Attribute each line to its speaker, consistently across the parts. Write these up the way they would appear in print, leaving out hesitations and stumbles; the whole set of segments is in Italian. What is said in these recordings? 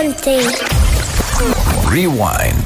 Speaker 1: Conte.
Speaker 2: Rewind.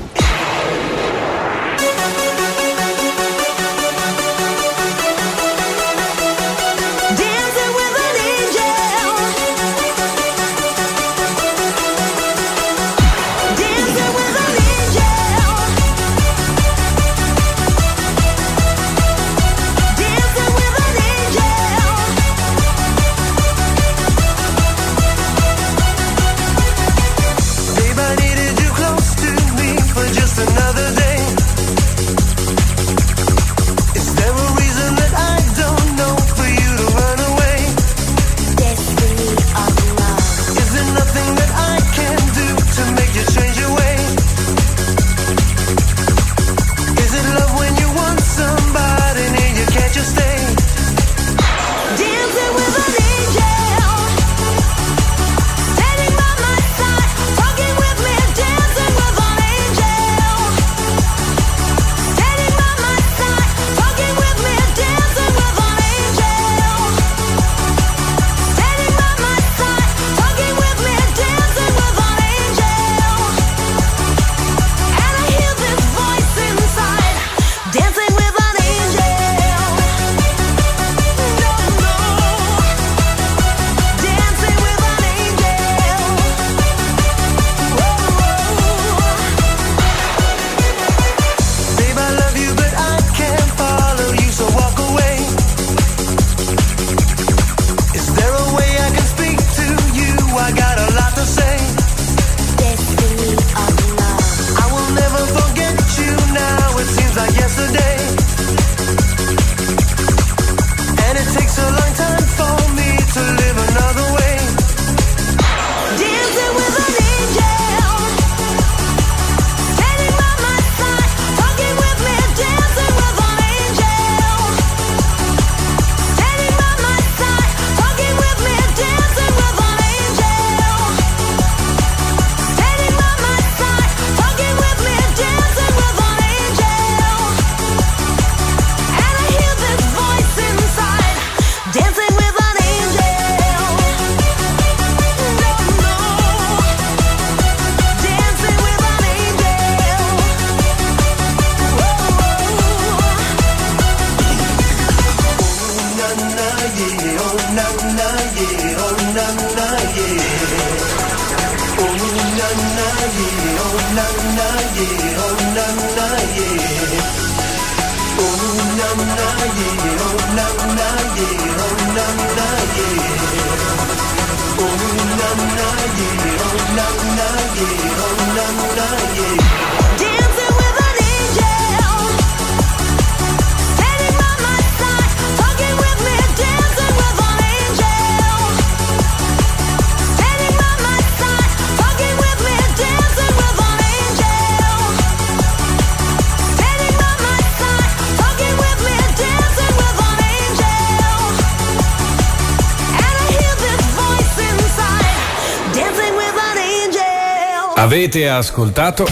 Speaker 2: Avete ascoltato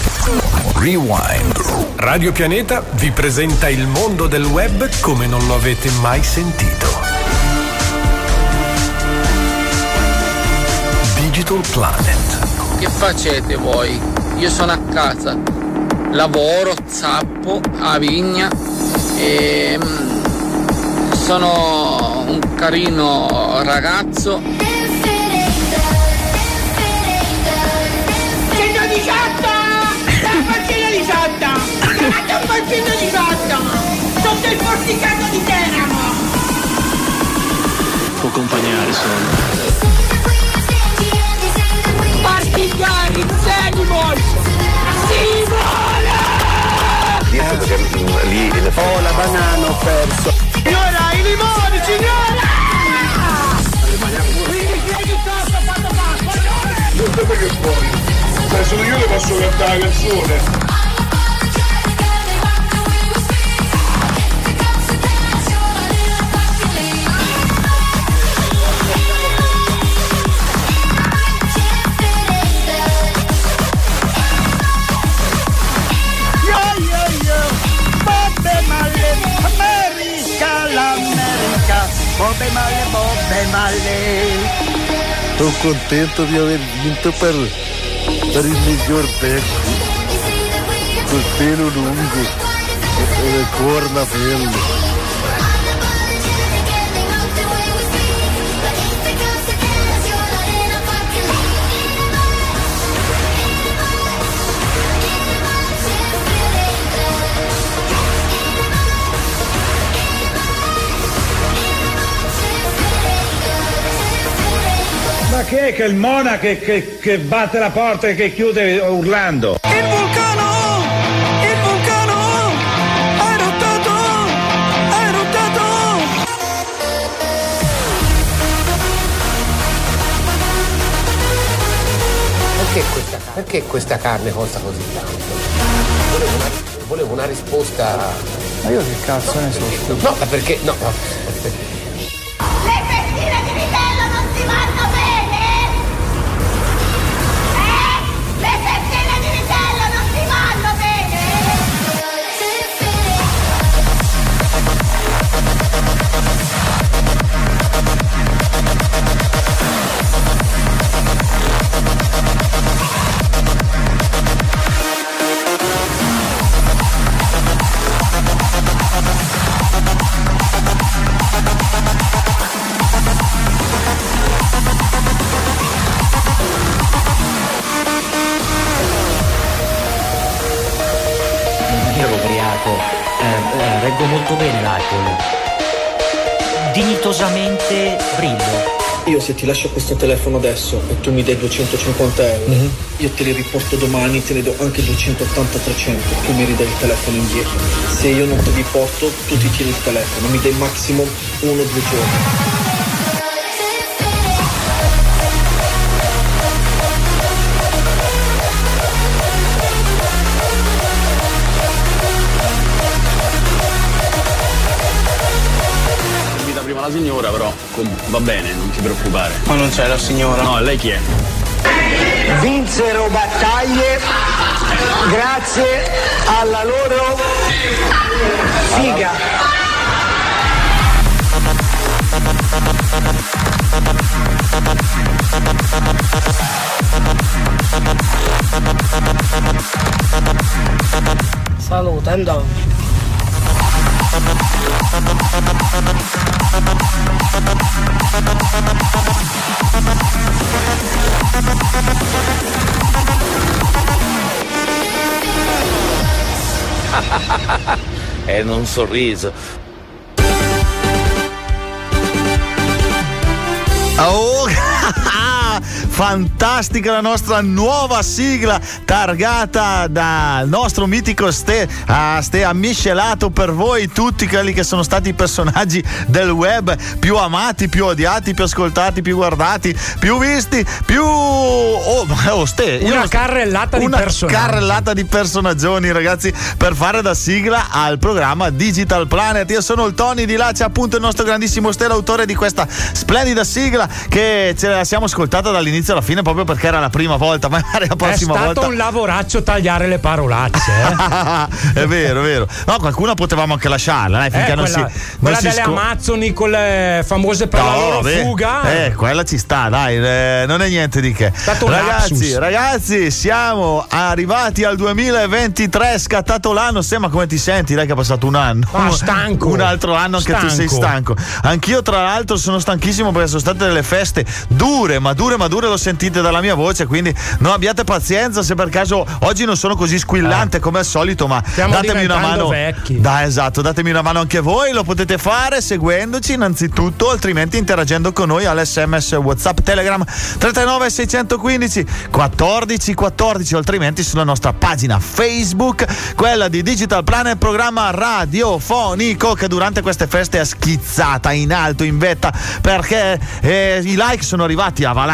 Speaker 2: Rewind. Radio Pianeta vi presenta il mondo del web come non lo avete mai sentito. Digital Planet.
Speaker 3: Che facete voi? Io sono a casa, lavoro, zappo, a vigna e sono un carino ragazzo.
Speaker 4: 18! La partita 18! Guardate un partito 18! Sotto il porticato di Teramo!
Speaker 5: Può accompagnare solo.
Speaker 4: Partigiani, Zenimol! Si vola!
Speaker 5: Oh, la banana ho perso!
Speaker 4: Signora, i limoni, signora!
Speaker 6: Tutto quello che vuoi. Sono io che posso cantare la canzone.
Speaker 4: Bobbe male,
Speaker 1: Sono contento di aver vinto per il miglior becco, col pelo lungo e le corna belle.
Speaker 7: Ma chi è che il Mona che batte la porta e che chiude urlando?
Speaker 8: Il vulcano ha eruttato.
Speaker 9: Perché questa carne costa così tanto? Volevo una risposta.
Speaker 10: Ma io che cazzo ne so?
Speaker 9: No, ma perché? No.
Speaker 4: Le fettine di vitello non si vanno bene? Le fettine di vitello non si vanno bene?
Speaker 11: Reggo molto bene l'alcol. Dignitosamente brillo.
Speaker 12: Io se ti lascio questo telefono adesso e tu mi dai 250 euro, io te li riporto domani, te ne do anche 280-300, tu mi ridai il telefono indietro. Se io non te li porto, tu ti tieni il telefono, mi dai massimo 1 o 2 giorni.
Speaker 5: La signora però va bene, non ti preoccupare.
Speaker 12: Ma non c'è la signora?
Speaker 5: No, lei chi è?
Speaker 8: Vinsero battaglie grazie alla loro figa.
Speaker 13: Salute, andiamo.
Speaker 14: E un sorriso.
Speaker 15: Oh, fantastica la nostra nuova sigla targata dal nostro mitico Ste ha miscelato per voi tutti quelli che sono stati i personaggi del web più amati, più odiati, più ascoltati, più guardati, più visti, più Ste,
Speaker 16: una carrellata
Speaker 15: di personaggioni, ragazzi, per fare da sigla al programma Digital Planet. Io sono il Tony, di là c'è appunto il nostro grandissimo Ste, l'autore di questa splendida sigla che ce la siamo ascoltata dall'inizio alla fine proprio perché era la prima volta, magari la prossima volta.
Speaker 16: È stato un lavoraccio tagliare le parolacce,
Speaker 15: È vero, è vero. No, qualcuna potevamo anche lasciarla, finché
Speaker 16: quella delle Amazzoni con le famose per la loro fuga.
Speaker 15: Quella ci sta, dai, non è niente di che. Ragazzi, siamo arrivati al 2023, è scattato l'anno. Ma come ti senti? Dai, che è passato un anno.
Speaker 16: Stanco.
Speaker 15: Un altro anno, anche tu sei stanco. Anch'io, tra l'altro, sono stanchissimo perché sono state delle feste dure, ma dure, lo sentite dalla mia voce, quindi non abbiate pazienza se per caso oggi non sono così squillante come al solito, ma datemi una mano.
Speaker 16: Vecchi.
Speaker 15: Esatto, datemi una mano anche voi, lo potete fare seguendoci innanzitutto, altrimenti interagendo con noi all'SMS WhatsApp Telegram 339 615 14 14, altrimenti sulla nostra pagina Facebook, quella di Digital Planet, programma radiofonico che durante queste feste è schizzata in alto, in vetta, perché i like sono arrivati a valanga.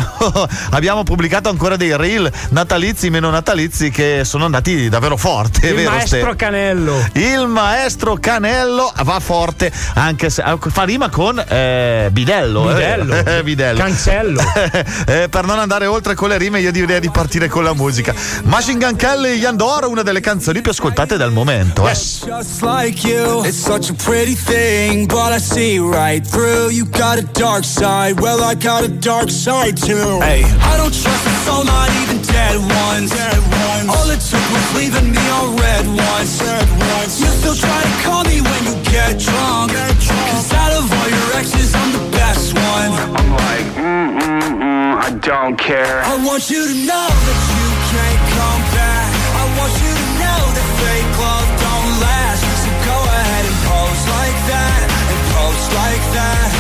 Speaker 15: abbiamo pubblicato ancora dei reel natalizi, meno natalizi, che sono andati davvero forte.
Speaker 16: Il
Speaker 15: vero,
Speaker 16: maestro Canello.
Speaker 15: Il maestro Canello va forte, anche se fa rima con bidello. Bidello.
Speaker 16: Cancello.
Speaker 15: Per non andare oltre con le rime, io direi di partire con la musica. Machine Gun Kelly, Yandor, una delle canzoni più ascoltate del momento.
Speaker 17: Just like you, it's such a pretty thing, but I see right through. You got a dark side, well I got a dark side too. Hey, I don't trust a soul, not even dead ones. All it took was leaving me on red ones. You still try to call me when you get drunk, cause out of all your exes I'm the best one. I'm like, I don't care. I want you to know that you can't come back. I want you to know that fake love don't last. So go ahead and pose like that, and pose like that.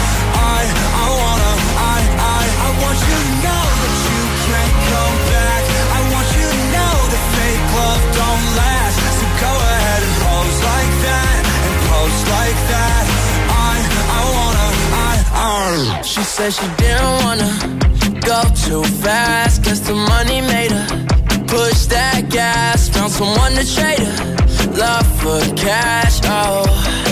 Speaker 17: I want you to know that you can't come back. I want you to know that fake love don't last. So go ahead and pose like that, and pose like that. She said she didn't wanna go too fast, guess the money made her push that gas. Found someone to trade her love for cash. Oh.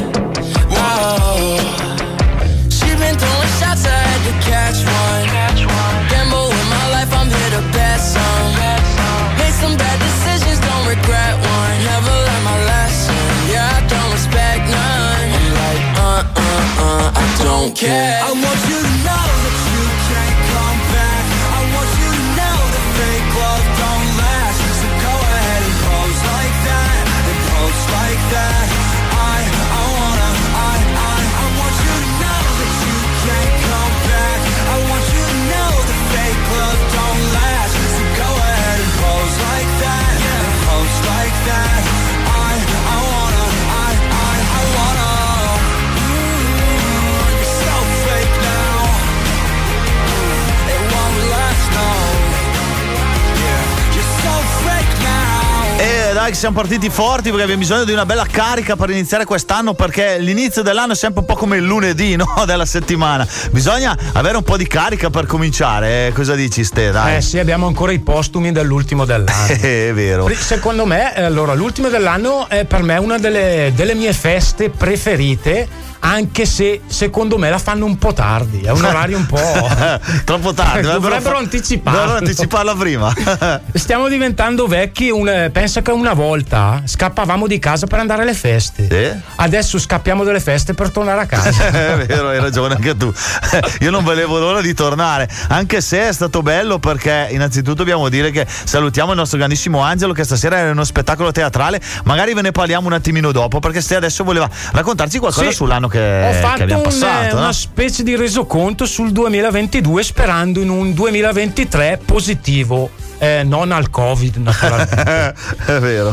Speaker 17: She been throwing shots, I had to catch one. Gamble with my life, I'm here to bet some. Made some bad decisions, don't regret one. Never learned my lesson, yeah, I don't respect none. I'm like, I don't care. I want you to know that you can't come back. I want you to know that fake love don't last. So go ahead and pose like that, and pose like that. I want you to know that you can't come back. I want you to know that fake love don't last. So go ahead and pose like that, and pose like that.
Speaker 15: E dai, che siamo partiti forti, perché abbiamo bisogno di una bella carica per iniziare quest'anno, perché l'inizio dell'anno è sempre un po' come il lunedì, no? Della settimana. Bisogna avere un po' di carica per cominciare. Cosa dici, Ste? Dai.
Speaker 16: Sì, abbiamo ancora i postumi dell'ultimo dell'anno.
Speaker 15: È vero.
Speaker 16: Secondo me, allora, l'ultimo dell'anno è per me una delle mie feste preferite. Anche se secondo me la fanno un po' tardi, è un orario un po'
Speaker 15: troppo tardi.
Speaker 16: Dovrebbero
Speaker 15: anticiparla prima.
Speaker 16: Stiamo diventando vecchi. Pensa che una volta scappavamo di casa per andare alle feste. Adesso scappiamo dalle feste per tornare a casa.
Speaker 15: È vero, hai ragione anche tu. Io non vedevo l'ora di tornare, anche se è stato bello, perché innanzitutto dobbiamo dire che salutiamo il nostro grandissimo Angelo, che stasera è uno spettacolo teatrale. Magari ve ne parliamo un attimino dopo, perché Ste adesso voleva raccontarci qualcosa sull'anno che abbiamo passato,
Speaker 16: una specie di resoconto sul 2022, sperando in un 2023 positivo, non al Covid, naturalmente.
Speaker 15: È vero.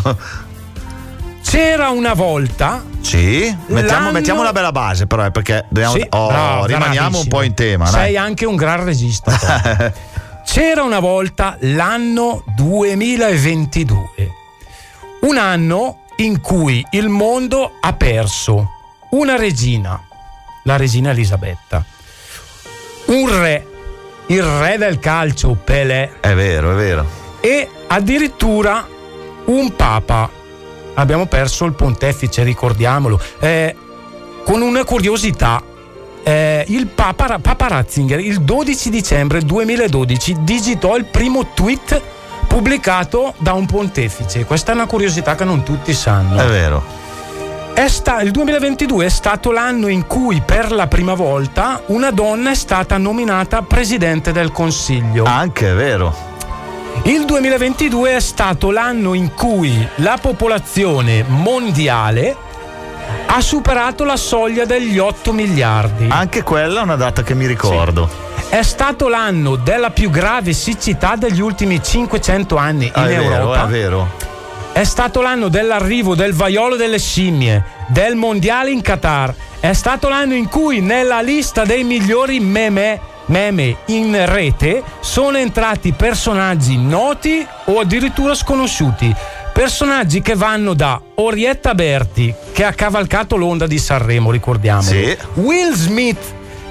Speaker 16: C'era una volta.
Speaker 15: Sì, mettiamo una bella base, però, perché dobbiamo, rimaniamo un po' in tema.
Speaker 16: Sei anche un gran regista. C'era una volta l'anno 2022, un anno in cui il mondo ha perso una regina, la regina Elisabetta, un re, il re del calcio, Pelé.
Speaker 15: È vero.
Speaker 16: E addirittura un papa. Abbiamo perso il pontefice, ricordiamolo. Con una curiosità, il papa Ratzinger il 12 dicembre 2012 digitò il primo tweet pubblicato da un pontefice. Questa è una curiosità che non tutti sanno.
Speaker 15: È vero.
Speaker 16: Il 2022 è stato l'anno in cui per la prima volta una donna è stata nominata presidente del Consiglio.
Speaker 15: Anche è vero.
Speaker 16: Il 2022 è stato l'anno in cui la popolazione mondiale ha superato la soglia degli 8 miliardi.
Speaker 15: Anche quella è una data che mi ricordo.
Speaker 16: Sì. È stato l'anno della più grave siccità degli ultimi 500 anni in Europa.
Speaker 15: È vero.
Speaker 16: È stato l'anno dell'arrivo del vaiolo delle scimmie, del mondiale in Qatar. È stato l'anno in cui nella lista dei migliori meme in rete sono entrati personaggi noti o addirittura sconosciuti. Personaggi che vanno da Orietta Berti, che ha cavalcato l'onda di Sanremo, ricordiamo.
Speaker 15: Sì.
Speaker 16: Will Smith,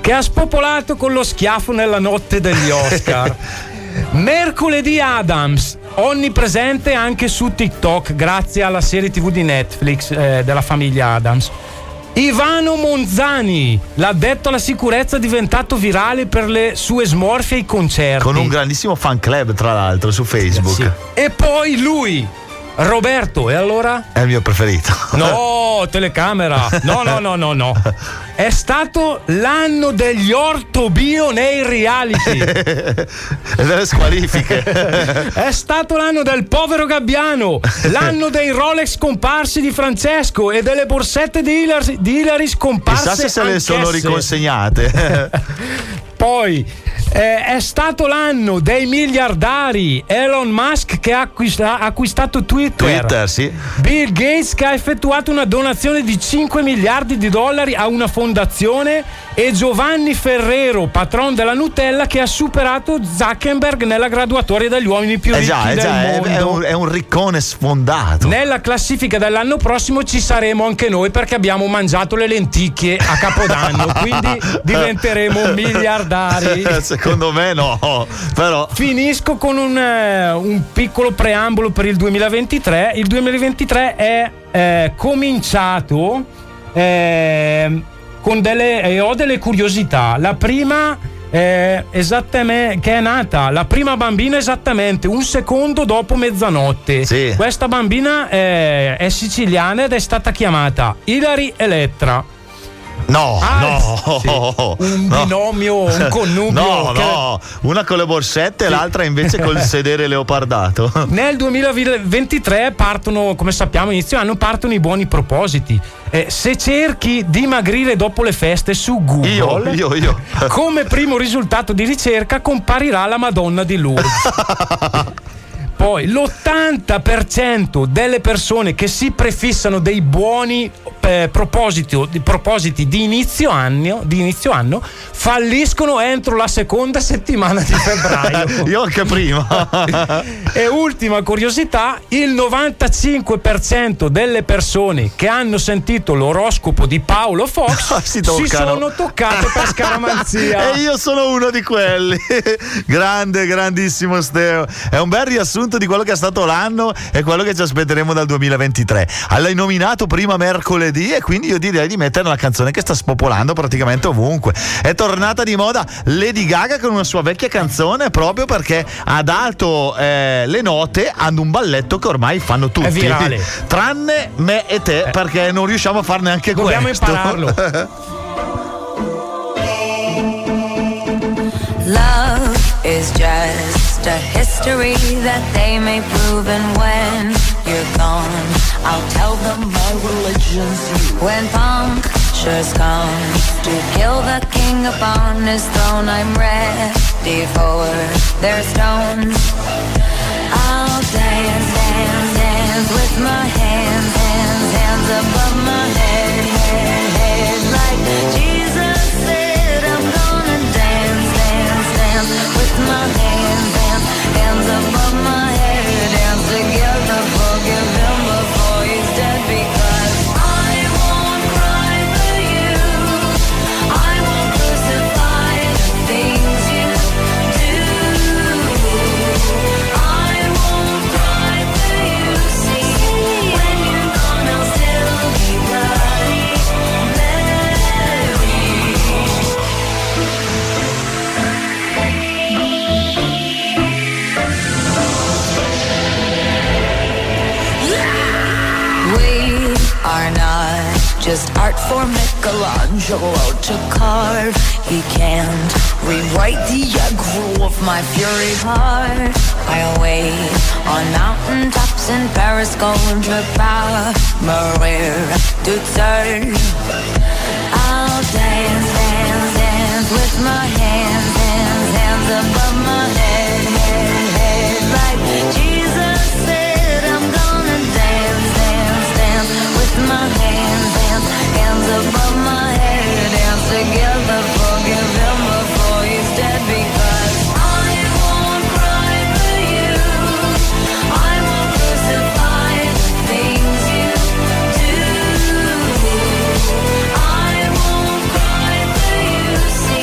Speaker 16: che ha spopolato con lo schiaffo nella notte degli Oscar. Mercoledì Addams, onnipresente anche su TikTok grazie alla serie TV di Netflix della famiglia Addams. Ivano Monzani, l'addetto alla sicurezza, diventato virale per le sue smorfie ai concerti.
Speaker 15: Con un grandissimo fan club, tra l'altro, su Facebook.
Speaker 16: Sì. E poi lui, Roberto, e allora?
Speaker 15: È il mio preferito.
Speaker 16: No, telecamera. No. È stato l'anno degli ortobio nei reality.
Speaker 15: E delle squalifiche.
Speaker 16: È stato l'anno del povero Gabbiano, l'anno dei Rolex scomparsi di Francesco e delle borsette di Hilary scomparse.
Speaker 15: Chissà se le sono riconsegnate.
Speaker 16: Poi è stato l'anno dei miliardari. Elon Musk che ha acquistato Twitter,
Speaker 15: sì.
Speaker 16: Bill Gates che ha effettuato una donazione di 5 miliardi di dollari a una fondazione, e Giovanni Ferrero, patron della Nutella, che ha superato Zuckerberg nella graduatoria degli uomini più ricchi del mondo.
Speaker 15: È un riccone sfondato.
Speaker 16: Nella classifica dell'anno prossimo ci saremo anche noi, perché abbiamo mangiato le lenticchie a Capodanno, quindi diventeremo miliardari.
Speaker 15: Secondo me no, però
Speaker 16: finisco con un piccolo preambolo per il 2023. Il 2023 è cominciato con ho delle curiosità. La prima esattamente, che è nata la prima bambina esattamente un secondo dopo mezzanotte.
Speaker 15: Sì.
Speaker 16: Questa bambina è siciliana ed è stata chiamata Hilary Elettra.
Speaker 15: No.
Speaker 16: Sì. Un binomio, un connubio.
Speaker 15: No, una con le borsette e l'altra invece col sedere leopardato.
Speaker 16: Nel 2023 partono, come sappiamo, inizio anno partono i buoni propositi. Se cerchi dimagrire dopo le feste su Google,
Speaker 15: io.
Speaker 16: come primo risultato di ricerca comparirà la Madonna di Lourdes. Poi l'80% delle persone che si prefissano dei buoni propositi di inizio anno falliscono entro la seconda settimana di febbraio.
Speaker 15: Io anche prima.
Speaker 16: E ultima curiosità, il 95% delle persone che hanno sentito l'oroscopo di Paolo Fox si sono toccate per scaramanzia.
Speaker 15: E io sono uno di quelli. Grandissimo Steo. È un bel riassunto di quello che è stato l'anno e quello che ci aspetteremo dal 2023. L'hai nominato prima mercoledì e quindi io direi di mettere una canzone che sta spopolando praticamente ovunque. È tornata di moda Lady Gaga con una sua vecchia canzone, proprio perché ha dato le note ad un balletto che ormai fanno tutti.
Speaker 16: È virale.
Speaker 15: Tranne me e te, perché non riusciamo a fare neanche
Speaker 16: Dobbiamo
Speaker 15: questo.
Speaker 16: impararlo.
Speaker 18: Love is just a history that they may prove, and when you're gone, I'll tell them my religion's you. When punctures come to kill the king upon his throne, I'm ready for their stones. I'll dance with my hands above my head, like Jesus said. I'm gonna dance with my hands above my head, dance together, forgive him before he's dead, because I won't cry for you, I won't crucify the things you do, I won't cry for you, see, when you're gone I'll still be bloody Mary. We are not just art for Michelangelo to carve. He can't rewrite the aggro of my fury heart. I'll wait on mountaintops in Paris, going to Maria to turn. I'll dance with my hands above my head, like Jesus said. I'm gonna dance with my hands above my head, dance together, forgive him before he's dead, because I won't cry for you, I won't crucify the things you do, I won't cry for you, see,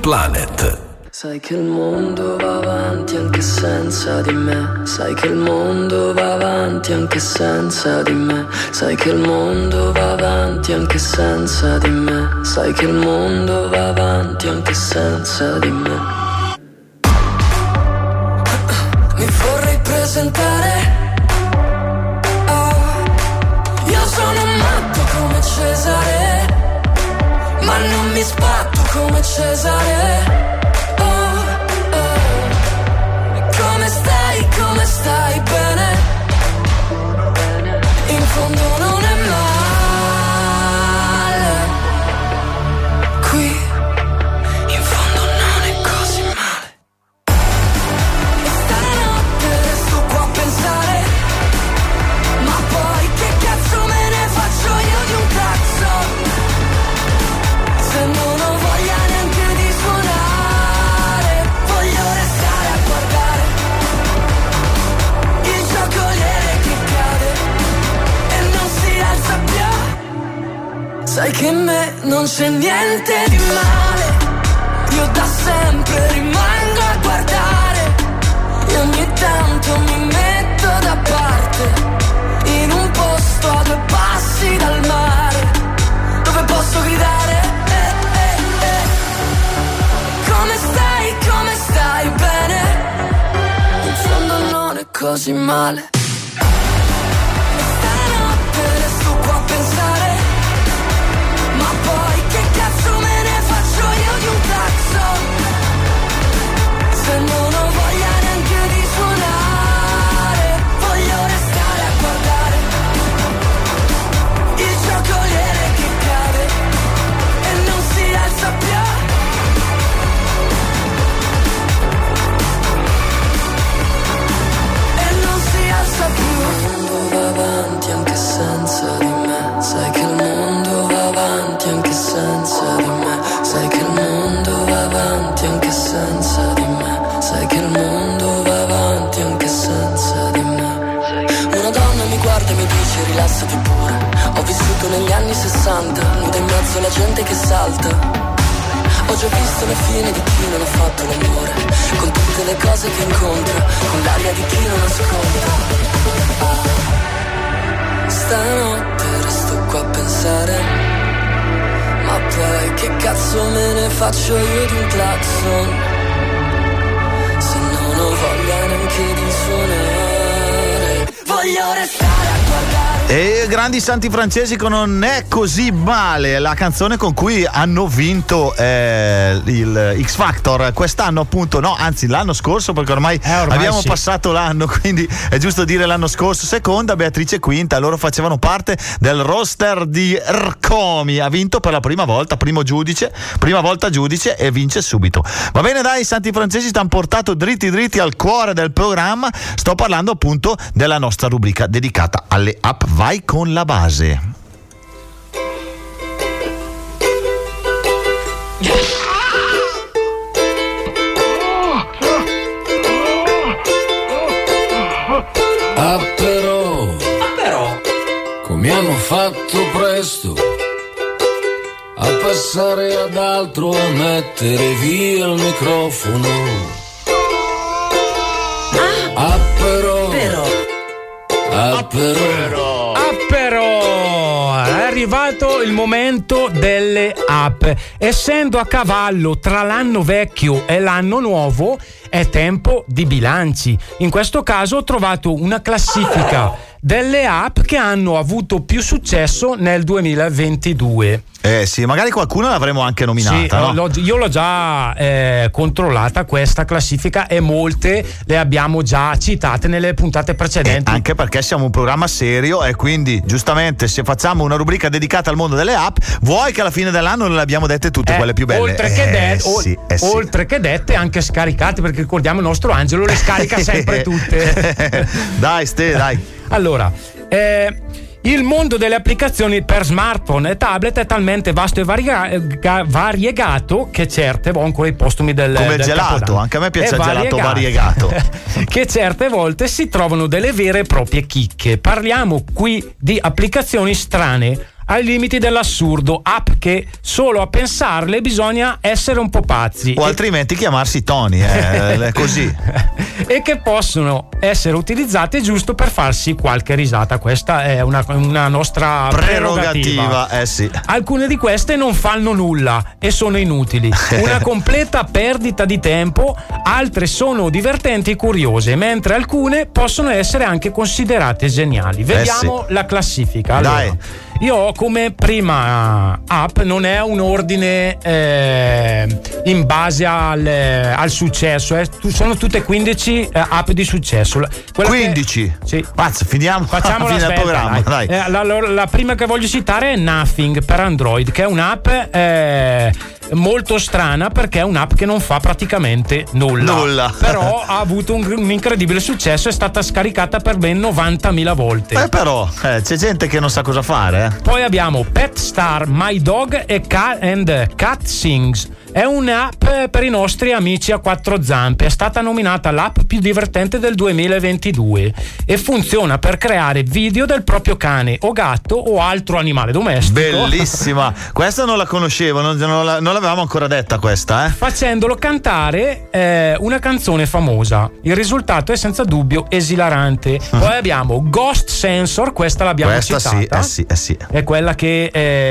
Speaker 2: Planet.
Speaker 19: Sai che il mondo va avanti anche senza di me. Sai che il mondo va avanti anche senza di me. Sai che il mondo va avanti anche senza di me. Sai che il mondo va avanti anche senza di me. Mi vorrei presentare. Io sono matto come Cesare, ma non mi sbatto come Cesare. Come stai bene? In fondo non è male. Qui in fondo non è così male. E stanotte resto qua a pensare, ma poi che cazzo me ne faccio io di un cazzo? Se non ho voglia neanche di suonare, voglio restare a guardare che cade e non si alza più. Sai che in me non c'è niente di male. Io da sempre rimango a guardare e ogni tanto mi metto da parte, in un posto a 2 passi dal mare, dove posso gridare come stai bene? In fondo non è così male. Stanotte resto qua a pensare, ma poi che cazzo me ne faccio io di un cazzo? Se non ho voglia neanche di suonare, voglio restare a guardare il giocoliere che cade e non si alza più. Avanti anche senza di me. Sai che il mondo va avanti anche senza di me. Sai che il mondo va avanti anche senza di me. Sai che il mondo va avanti anche senza di me. Una donna mi guarda e mi dice rilassati pure. Ho vissuto negli anni 60, nuda in mezzo alla gente che salta. Ho già visto la fine di chi non ha fatto l'amore, con tutte le cose che incontra, con l'aria di chi non ascolta. Stanotte resto qua a pensare, ma poi che cazzo me ne faccio io di un clacson, se non ho voglia neanche di suonare, voglio restare a guardare.
Speaker 15: E grandi santi francesi con Non è così male, la canzone con cui hanno vinto il X Factor quest'anno, appunto, no, anzi l'anno scorso, perché ormai abbiamo passato l'anno, quindi è giusto dire l'anno scorso. Seconda Beatrice Quinta, loro facevano parte del roster di Rcomi, ha vinto per la prima volta, prima volta giudice e vince subito. Va bene, dai, i santi francesi ti hanno portato dritti al cuore del programma. Sto parlando appunto della nostra rubrica dedicata alle app. Vai con la base.
Speaker 20: Però come hanno fatto presto a passare ad altro, a mettere via il microfono.
Speaker 16: Però è arrivato il momento delle app. Essendo a cavallo tra l'anno vecchio e l'anno nuovo, è tempo di bilanci. In questo caso ho trovato una classifica delle app che hanno avuto più successo nel 2022.
Speaker 15: Sì, magari qualcuno l'avremo anche nominata.
Speaker 16: Sì, no? Io l'ho già controllata questa classifica e molte le abbiamo già citate nelle puntate precedenti.
Speaker 15: Anche perché siamo un programma serio e quindi giustamente se facciamo una rubrica dedicata al mondo delle app, vuoi che alla fine dell'anno non le abbiamo dette tutte quelle più belle?
Speaker 16: Oltre che dette, anche scaricate, perché ricordiamo il nostro Angelo le scarica sempre tutte.
Speaker 15: Dai Ste, dai.
Speaker 16: Allora, il mondo delle applicazioni per smartphone e tablet è talmente vasto e variegato che certe, ho ancora i postumi del
Speaker 15: come il gelato,
Speaker 16: Capodanno.
Speaker 15: Anche a me piace il gelato variegato.
Speaker 16: Che certe volte si trovano delle vere e proprie chicche. Parliamo qui di applicazioni strane, ai limiti dell'assurdo, app che solo a pensarle bisogna essere un po' pazzi.
Speaker 15: O altrimenti chiamarsi Tony, è così.
Speaker 16: E che possono essere utilizzate giusto per farsi qualche risata. Questa è una nostra prerogativa.
Speaker 15: Sì.
Speaker 16: Alcune di queste non fanno nulla e sono inutili, una completa perdita di tempo. Altre sono divertenti e curiose, mentre alcune possono essere anche considerate geniali. Vediamo la classifica. Allora,
Speaker 15: dai.
Speaker 16: Io ho come prima app, non è un ordine in base al successo, sono tutte 15 app di successo.
Speaker 15: 15?
Speaker 16: Sì.
Speaker 15: Mazza, finiamo
Speaker 16: Facciamo
Speaker 15: fine del programma, dai.
Speaker 16: La prima che voglio citare è Nothing per Android, che è un'app molto strana perché è un'app che non fa praticamente nulla. Però ha avuto un incredibile successo, è stata scaricata per ben 90.000 volte.
Speaker 15: Però c'è gente che non sa cosa fare.
Speaker 16: Poi abbiamo Pet Star, My Dog e Cat Sings. È un'app per i nostri amici a quattro zampe. È stata nominata l'app più divertente del 2022 e funziona per creare video del proprio cane o gatto o altro animale domestico.
Speaker 15: Bellissima, questa non la conoscevo, non l'avevamo ancora detta questa,
Speaker 16: facendolo cantare una canzone famosa. Il risultato è senza dubbio esilarante. Poi abbiamo Ghost Sensor, questa l'abbiamo citata.
Speaker 15: Sì.
Speaker 16: È quella che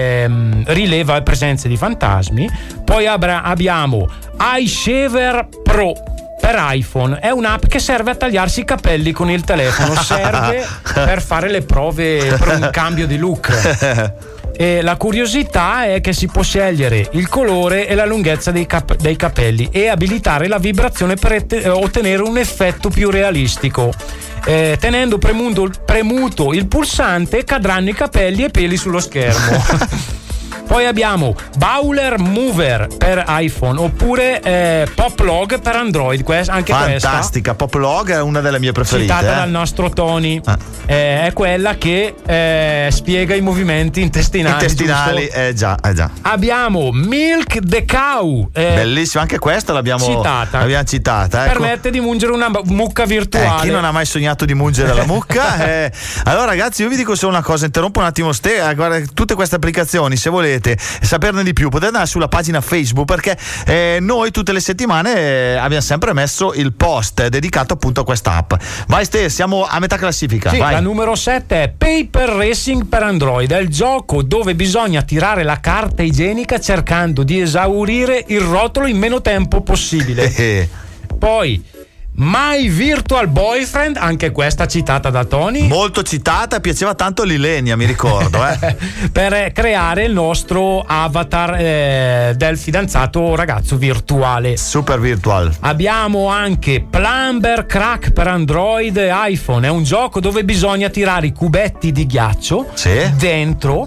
Speaker 16: rileva presenze di fantasmi. Poi abbiamo iShaver Pro per iPhone, è un'app che serve a tagliarsi i capelli con il telefono, serve per fare le prove per un cambio di look. E la curiosità è che si può scegliere il colore e la lunghezza dei capelli e abilitare la vibrazione per ottenere un effetto più realistico. Tenendo premuto il pulsante cadranno i capelli e peli sullo schermo. Poi abbiamo Bowler Mover per iPhone oppure Poplog per Android. Anche
Speaker 15: fantastica, Poplog è una delle mie preferite.
Speaker 16: Citata dal nostro Tony. È quella che spiega i movimenti intestinali.
Speaker 15: Già.
Speaker 16: Abbiamo Milk the Cow.
Speaker 15: Bellissima, anche questa l'abbiamo citata.
Speaker 16: Permette di mungere una mucca virtuale.
Speaker 15: Chi non ha mai sognato di mungere la mucca? Allora ragazzi, io vi dico solo una cosa, interrompo un attimo guarda, tutte queste applicazioni, se volete saperne di più potete andare sulla pagina Facebook, perché noi tutte le settimane abbiamo sempre messo il post dedicato appunto a questa app. Vai Ste, siamo a metà classifica.
Speaker 16: Sì,
Speaker 15: vai.
Speaker 16: La numero 7 è Paper Racing per Android, è il gioco dove bisogna tirare la carta igienica cercando di esaurire il rotolo in meno tempo possibile. Poi My Virtual Boyfriend, anche questa citata da Tony.
Speaker 15: Molto citata, piaceva tanto l'Ilenia, mi ricordo.
Speaker 16: Per creare il nostro avatar del fidanzato ragazzo virtuale.
Speaker 15: Super virtual.
Speaker 16: Abbiamo anche Plumber Crack per Android e iPhone. È un gioco dove bisogna tirare i cubetti di ghiaccio dentro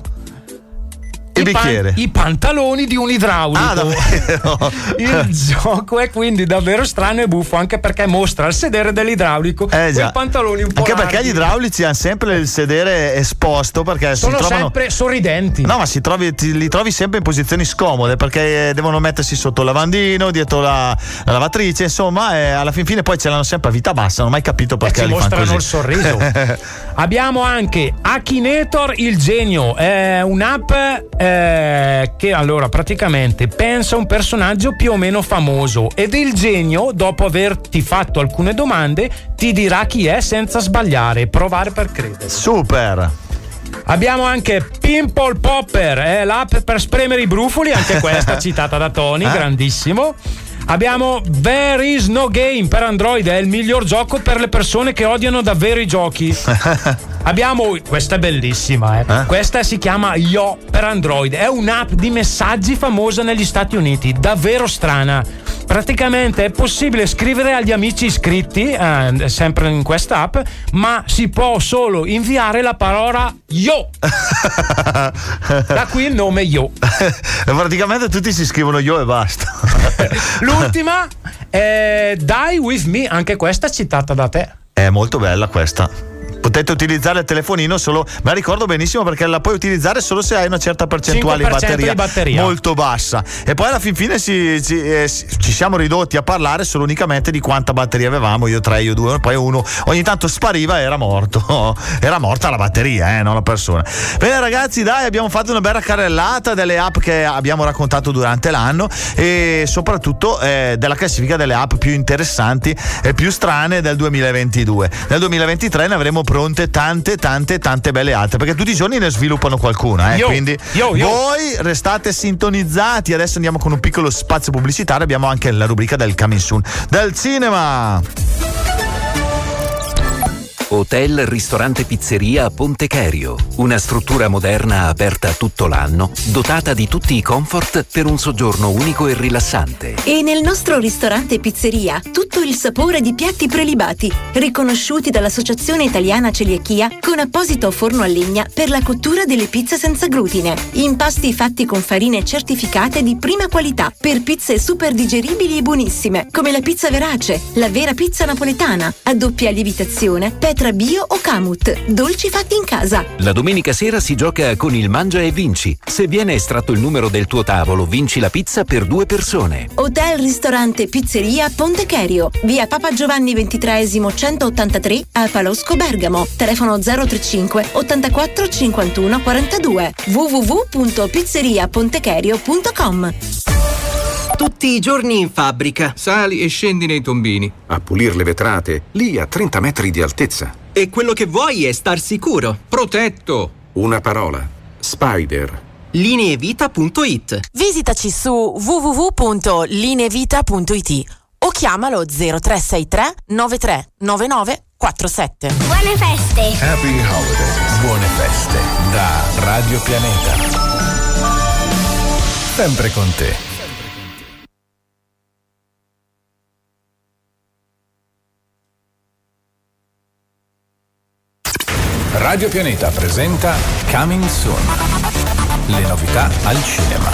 Speaker 15: il bicchiere.
Speaker 16: I pantaloni di un idraulico.
Speaker 15: Davvero?
Speaker 16: Il gioco è quindi davvero strano e buffo, anche perché mostra il sedere dell'idraulico i pantaloni un po'
Speaker 15: anche
Speaker 16: larghi.
Speaker 15: Perché gli idraulici hanno sempre il sedere esposto, perché
Speaker 16: sono sempre sorridenti.
Speaker 15: No, ma li trovi sempre in posizioni scomode, perché devono mettersi sotto il lavandino, dietro la lavatrice, insomma, e alla fine poi ce l'hanno sempre a vita bassa. Non ho mai capito perché
Speaker 16: ci
Speaker 15: li fanno
Speaker 16: mostrano
Speaker 15: così.
Speaker 16: Il sorriso. Abbiamo anche Akinator il genio, è un'app che allora praticamente pensa un personaggio più o meno famoso ed il genio, dopo averti fatto alcune domande, ti dirà chi è senza sbagliare. Provare per credere.
Speaker 15: Super.
Speaker 16: Abbiamo anche Pimple Popper, è l'app per spremere i brufoli, anche questa citata da Tony, grandissimo. Abbiamo There Is No Game per Android, è il miglior gioco per le persone che odiano davvero i giochi. Abbiamo, questa è bellissima, questa si chiama Yo per Android, è un'app di messaggi famosa negli Stati Uniti, davvero strana. Praticamente è possibile scrivere agli amici iscritti, sempre in questa app, ma si può solo inviare la parola Yo. Da qui il nome Yo.
Speaker 15: Praticamente tutti si scrivono Yo e basta.
Speaker 16: L'ultima è Die With Me, anche questa citata da te.
Speaker 15: È molto bella questa. potete utilizzare il telefonino solo, ma ricordo benissimo perché la puoi utilizzare solo se hai una certa percentuale di batteria molto bassa. E poi alla fin fine ci siamo ridotti a parlare solo unicamente di quanta batteria avevamo, io 3, io 2, poi uno ogni tanto spariva e era morta la batteria, non la persona. Bene ragazzi, dai, abbiamo fatto una bella carrellata delle app che abbiamo raccontato durante l'anno e soprattutto della classifica delle app più interessanti e più strane del 2022. Nel 2023 ne avremo pronte tante belle altre, perché tutti i giorni ne sviluppano qualcuna, quindi voi restate sintonizzati. Adesso andiamo con un piccolo spazio pubblicitario, abbiamo anche la rubrica del coming soon del cinema.
Speaker 21: Hotel, ristorante, pizzeria a Ponte Cherio. Una struttura moderna aperta tutto l'anno, dotata di tutti i comfort per un soggiorno unico e rilassante.
Speaker 22: E nel nostro ristorante e pizzeria tutto il sapore di piatti prelibati, riconosciuti dall'Associazione Italiana Celiachia, con apposito forno a legna per la cottura delle pizze senza glutine. Impasti fatti con farine certificate di prima qualità per pizze super digeribili e buonissime, come la pizza verace, la vera pizza napoletana, a doppia lievitazione, Petra Bio o Camut, dolci fatti in casa.
Speaker 21: La domenica sera si gioca con il Mangia e Vinci. Se viene estratto il numero del tuo tavolo, vinci la pizza per 2 persone.
Speaker 22: Hotel, ristorante, pizzeria Ponte Cherio, via Papa Giovanni XXIII 183 a Palosco Bergamo. Telefono 035 84 51 42. www.pizzeriapontecherio.com.
Speaker 23: Tutti i giorni in fabbrica.
Speaker 24: Sali e scendi nei tombini. A pulire le vetrate, lì a 30 metri di altezza.
Speaker 23: E quello che vuoi è star sicuro.
Speaker 24: Protetto. Una parola. Spider.
Speaker 23: Lineevita.it.
Speaker 25: Visitaci su www.lineevita.it o chiamalo 0363 93 99 47.
Speaker 26: Buone feste.
Speaker 2: Happy Holidays. Buone feste da Radio Pianeta. Sempre con te. Radio Pianeta presenta Coming Soon. Le novità al cinema.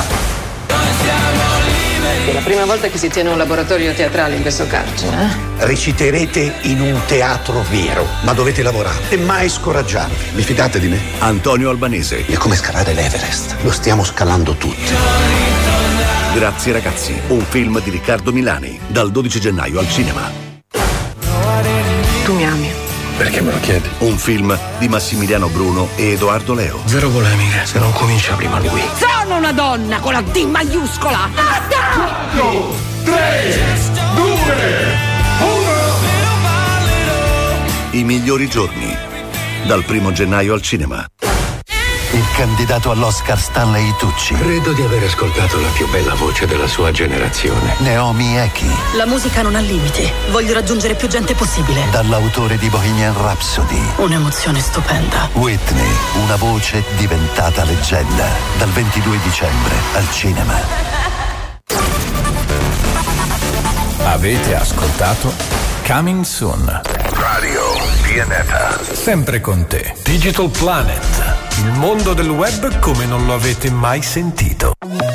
Speaker 27: È la prima volta che si tiene un laboratorio teatrale in questo carcere, eh?
Speaker 28: Reciterete in un teatro vero, ma dovete lavorare e mai scoraggiarvi. Vi fidate di me? Antonio Albanese. È come scalare l'Everest. Lo stiamo scalando tutti. Grazie ragazzi. Un film di Riccardo Milani. Dal 12 gennaio al cinema.
Speaker 27: Tu mi ami.
Speaker 28: Perché me lo chiedi? Un film di Massimiliano Bruno e Edoardo Leo.
Speaker 27: Zero polemiche, se non comincia prima lui.
Speaker 4: Sono una donna con la D maiuscola.
Speaker 6: 4, 3, 2, 1.
Speaker 28: I migliori giorni. Dal 1 gennaio al cinema. Il candidato all'Oscar Stanley Tucci.
Speaker 29: Credo di aver ascoltato la più bella voce della sua generazione.
Speaker 28: Naomi Eki.
Speaker 30: La musica non ha limiti. Voglio raggiungere più gente possibile.
Speaker 28: Dall'autore di Bohemian Rhapsody.
Speaker 30: Un'emozione stupenda.
Speaker 28: Whitney, una voce diventata leggenda. Dal 22 dicembre al cinema.
Speaker 2: Avete ascoltato Coming Soon.
Speaker 28: Radio Pianeta.
Speaker 2: Sempre con te. Digital Planet. Il mondo del web come non lo avete mai sentito.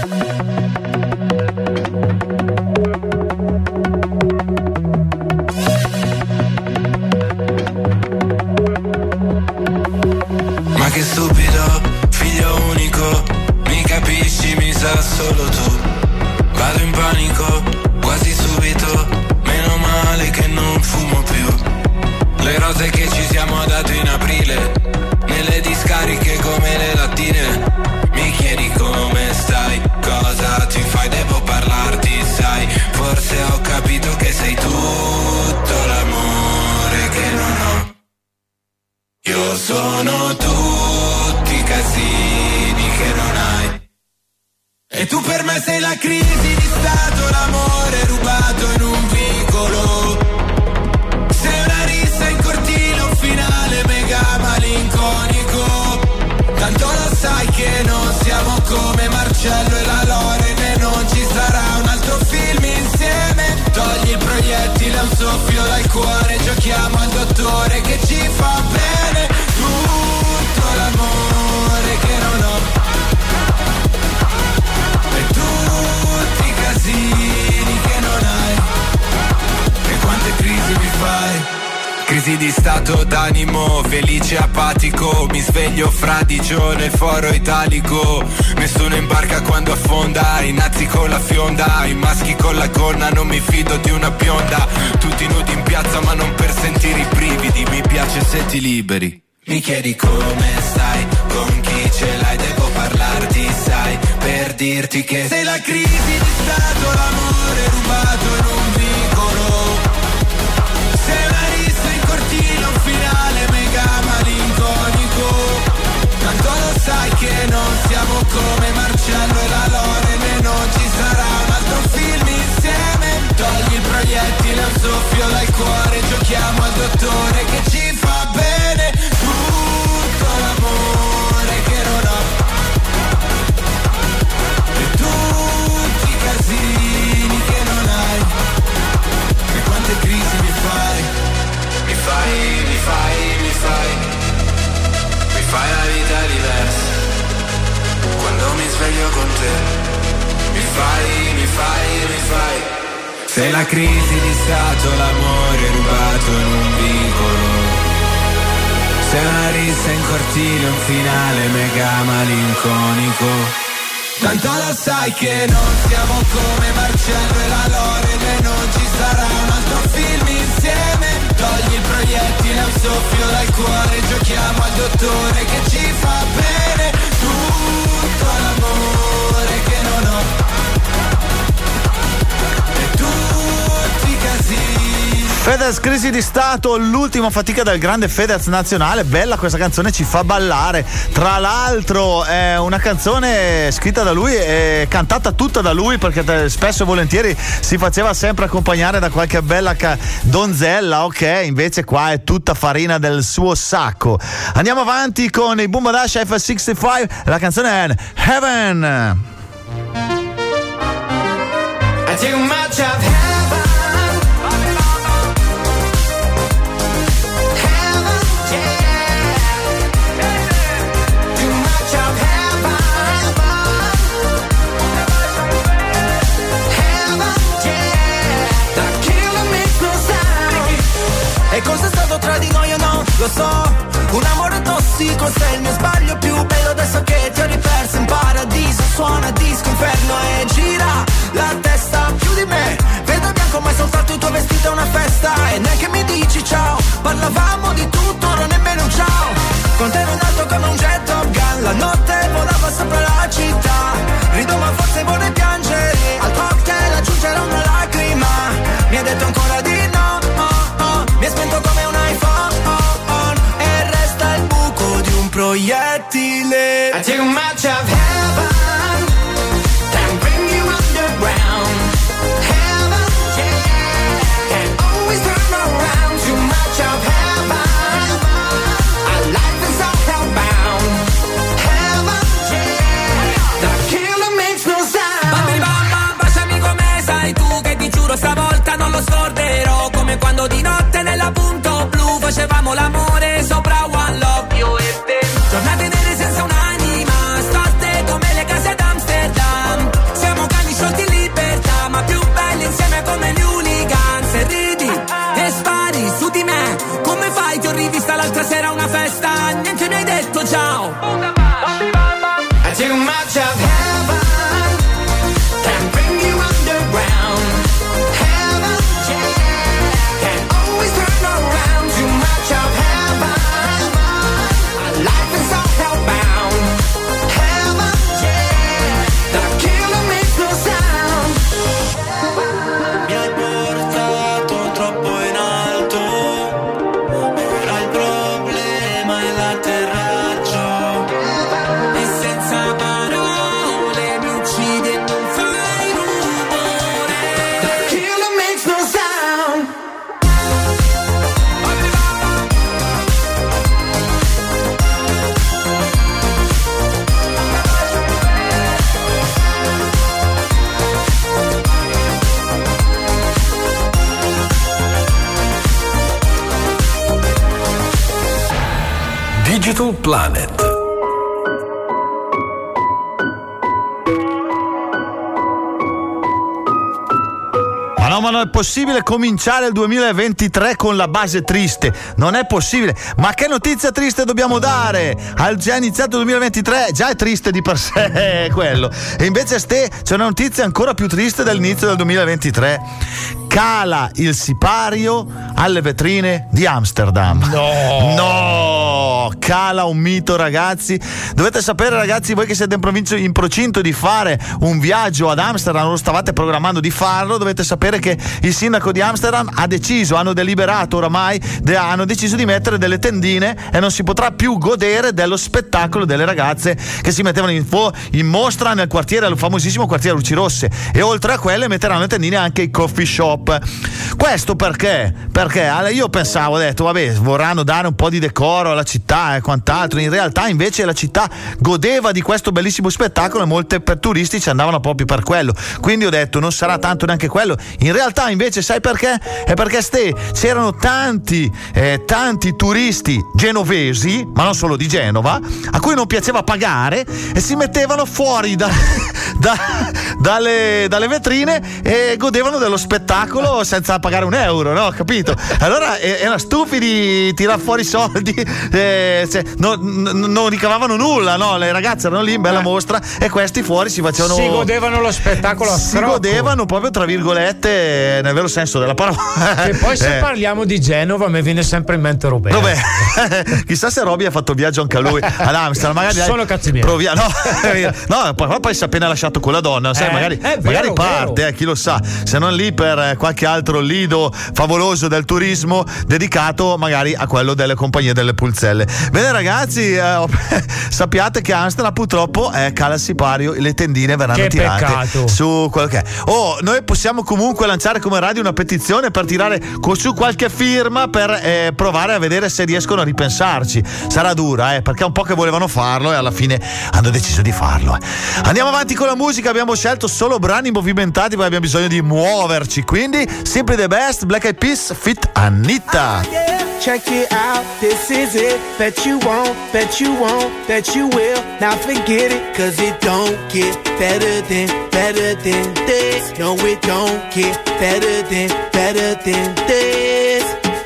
Speaker 31: Ma che stupido, figlio unico, mi capisci, mi sa solo tu. Vado in panico, quasi subito, meno male che non fumo più. Le rose che ci siamo date in aprile, nelle discariche come le lattine. Mi chiedi come stai, cosa ti fai, devo parlarti, sai. Forse ho capito che sei tutto l'amore che non ho. Io sono tutti i casini che non hai. E tu per me sei la crisi di stato, l'amore rubato in un vicolo. Sei una rissa in cortile, un finale mega malinconico. Tanto lo sai che non siamo come Marcello e la Loren e non ci sarà un altro film insieme. Togli il proiettile a un soffio dal cuore, giochiamo al dottore che ci fa bene. Tutto l'amore che non ho e tutti Crisi di stato d'animo, felice apatico. Mi sveglio fradicio nel foro italico. Nessuno imbarca quando affonda. I nazi con la fionda, i maschi con la gonna. Non mi fido di una bionda. Tutti nudi in piazza ma non per sentire i brividi. Mi piace se ti liberi. Mi chiedi come stai, con chi ce l'hai, devo parlarti, sai, per dirti che sei la crisi di stato, l'amore rubato in un vicolo. Sei una rissa in cortile, un finale mega malinconico. Tanto lo sai che non siamo come Marcello e la Loren e non ci sarà un altro film insieme. Togli il proiettile, un soffio dal cuore, giochiamo al dottore che ci fa bene. Tutto l'amore che non ho e tutti i casini che non hai. E quante crisi mi fai la vita diversa. Quando mi sveglio con te, mi fai. Sei la crisi di stato, l'amore rubato in un vicolo. Sei una rissa in cortile, un finale mega malinconico. Tanto lo sai che non siamo come Marcello e la Loren e non ci sarà un altro film insieme. Togli il proiettile, un soffio dal cuore, giochiamo al dottore che ci fa bene. Tutto l'amore che non ho e tutti i casini.
Speaker 15: Fedez, crisi di stato, l'ultima fatica del grande Fedez nazionale. Bella questa canzone, ci fa ballare. Tra l'altro è una canzone scritta da lui e cantata tutta da lui, perché spesso e volentieri si faceva sempre accompagnare da qualche bella donzella. Ok, invece qua è tutta farina del suo sacco. Andiamo avanti con i Boom Dash F65. La canzone è Heaven.
Speaker 31: I too much of heaven.
Speaker 1: E cos'è stato tra di noi o no? Lo so, un amore tossico, sei il mio sbaglio più bello. Adesso che ti ho riperso in paradiso, suona disco inferno e gira la testa più di me. Vedo bianco ma è soltanto il tuo vestito è una festa. E neanche mi dici ciao, parlavamo di tutto, ora nemmeno un ciao. Con te ero nato come un jet Top Gun, la notte volava sopra la città. Rido ma forse vorrei piangere, al cocktail aggiungerò una lacrima. Mi ha detto ancora di no. Mi è spento come un iPhone e resta il buco di un proiettile.
Speaker 31: I too much of heaven can bring you underground. Heaven, yeah, can always turn around. Too much of heaven, our life is all hellbound. Heaven, yeah, the killer makes no sound.
Speaker 1: Bambini bamba, baciami come sai tu, che ti giuro stavolta non lo scorderò. Come quando di notte nella punto blu facevamo l'amore sopra One Love, io e te. Giornate nere senza un'anima, storte come le case ad Amsterdam. Siamo cani sciolti in libertà, ma più belli insieme come gli hooligans. E ridi e spari su di me. Come fai? Ti ho rivista l'altra sera a una festa, niente mi hai detto ciao.
Speaker 31: I too much of heaven can bring you underground. Heaven, yeah, can always turn around. Too much of heaven, our life is all hellbound. Heaven, yeah, the killer makes no sound.
Speaker 1: Mi hai portato troppo in alto, ora il problema è l'atterraggio. E senza parole mi uccidi e non fai rumore.
Speaker 31: The killer makes no sound.
Speaker 2: Digital Planet.
Speaker 15: Ma No, ma non è possibile cominciare il 2023 con la base triste. Non è possibile. Ma che notizia triste dobbiamo dare? Già iniziato il 2023, già è triste di per sé quello. E invece c'è una notizia ancora più triste dell'inizio del 2023. Cala il sipario alle vetrine di Amsterdam. No, cala un mito, ragazzi. Dovete sapere, ragazzi, voi che siete in procinto di fare un viaggio ad Amsterdam, lo stavate programmando di farlo, dovete sapere che il sindaco di Amsterdam hanno deliberato oramai, hanno deciso di mettere delle tendine e non si potrà più godere dello spettacolo delle ragazze che si mettevano in mostra nel quartiere, il famosissimo quartiere Luci Rosse, e oltre a quelle metteranno le tendine anche i coffee shop. Questo perché? Perché io pensavo, ho detto, vabbè, vorranno dare un po' di decoro alla città e quant'altro. In realtà invece la città godeva di questo bellissimo spettacolo e molte per turisti ci andavano proprio per quello. Quindi ho detto, non sarà tanto neanche quello. In realtà invece sai perché? È perché c'erano tanti turisti genovesi, ma non solo di Genova, a cui non piaceva pagare e si mettevano fuori dalle vetrine e godevano dello spettacolo senza pagare un euro, no? Capito? Allora erano stufi di tirar fuori soldi, non ricavavano nulla, no? Le ragazze erano lì in bella mostra e questi fuori si facevano.
Speaker 16: Si godevano lo spettacolo a
Speaker 15: si godevano proprio tra virgolette nel vero senso della parola.
Speaker 16: E poi se parliamo di Genova mi viene sempre in mente Roberto.
Speaker 15: Vabbè, chissà se Robby ha fatto il viaggio anche a lui ad Amsterdam. Magari
Speaker 16: sono cazzi miei.
Speaker 15: No, poi si è appena lasciato con la donna, sai, magari parte, chi lo sa, se non lì per qualche altro lido favoloso del turismo dedicato magari a quello delle compagnie delle pulzelle. Bene ragazzi, sappiate che Amsterdam purtroppo cala il sipario, le tendine verranno tirate su quello che è. Noi possiamo comunque lanciare come radio una petizione per tirare su qualche firma per provare a vedere se riescono a ripensarci. Sarà dura, perché è un po' che volevano farlo e alla fine hanno deciso di farlo. Andiamo avanti con la musica, abbiamo scelto solo brani movimentati perché abbiamo bisogno di muoverci, quindi Simply the Best, Black Eyed Peas feat. Anita.
Speaker 3: Check it out, this is it. Bet you won't, bet you won't, bet you will. Now forget it, cause it don't get better than this. No, it don't get better than this.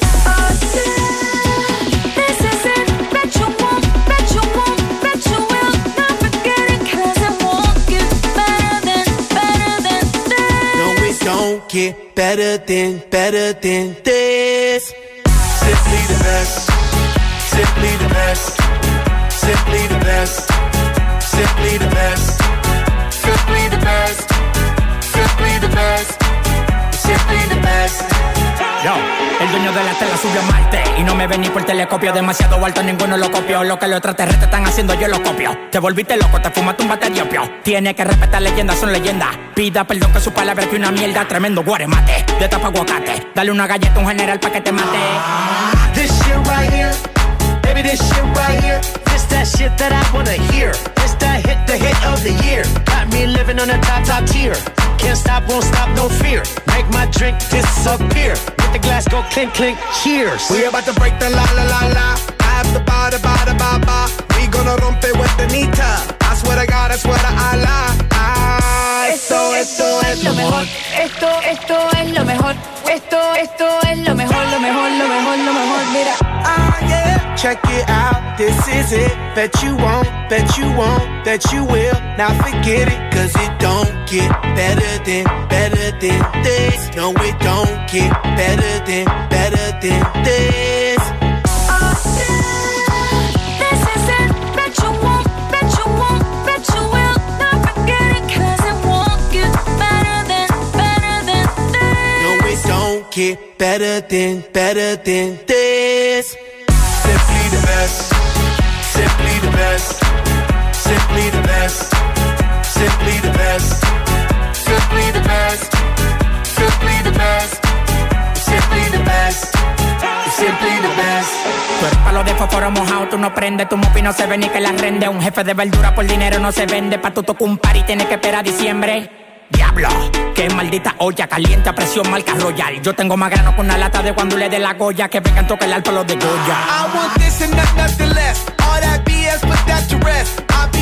Speaker 3: Don't get better than this. Simply the best, simply the best, simply the best, simply the best, simply the best, simply the best, simply the best.
Speaker 5: Yo, el dueño de la tela subió a Marte y no me vení por telescopio, demasiado alto, ninguno lo copió. Lo que los extraterrestres están haciendo yo lo copio. Te volviste loco, te fumaste un bate de opio. Tiene que respetar leyendas, son leyendas. Pida perdón que su palabra que una mierda. Tremendo guaremate, de tapa aguacate. Dale una galleta a un general pa' que te mate.
Speaker 3: This shit right here, baby, this shit right here. This that shit that I wanna hear. This that hit, the hit of the year. Got me living on a top tier. Can't stop, won't stop, no fear. Make my drink disappear. Let the glass go clink, clink, cheers.
Speaker 31: We about to break the la la la la. I have the ba da ba da ba ba. We gonna rompe with the nita. I swear to God, I swear to Allah.
Speaker 18: Esto es lo mejor. Esto es lo mejor. Esto es lo mejor, lo mejor, lo mejor, lo mejor. Mira.
Speaker 3: Yeah. Check it out, this is it. Bet you won't, bet you won't, bet you will. Now forget it, cause it don't get better than this. No, it don't get better than this. Get better than this.
Speaker 31: Simply the best, simply the best, simply the best, simply the best, simply the best, simply the best, simply the best, simply the best.
Speaker 5: Tú eres palo de fósforo mojado, tú no prendes, tu mopi no se ve ni que la rende. Un jefe de verdura por dinero no se vende, pa' tu tocar un party tienes que esperar diciembre. Diablo, qué maldita olla, caliente a presión, marca Royal. Yo tengo más grano con una lata de cuando le dé la Goya. Que vengan tocar el alto los de Goya.
Speaker 3: I want this and nothing less. All that BS, put that to rest. I'll be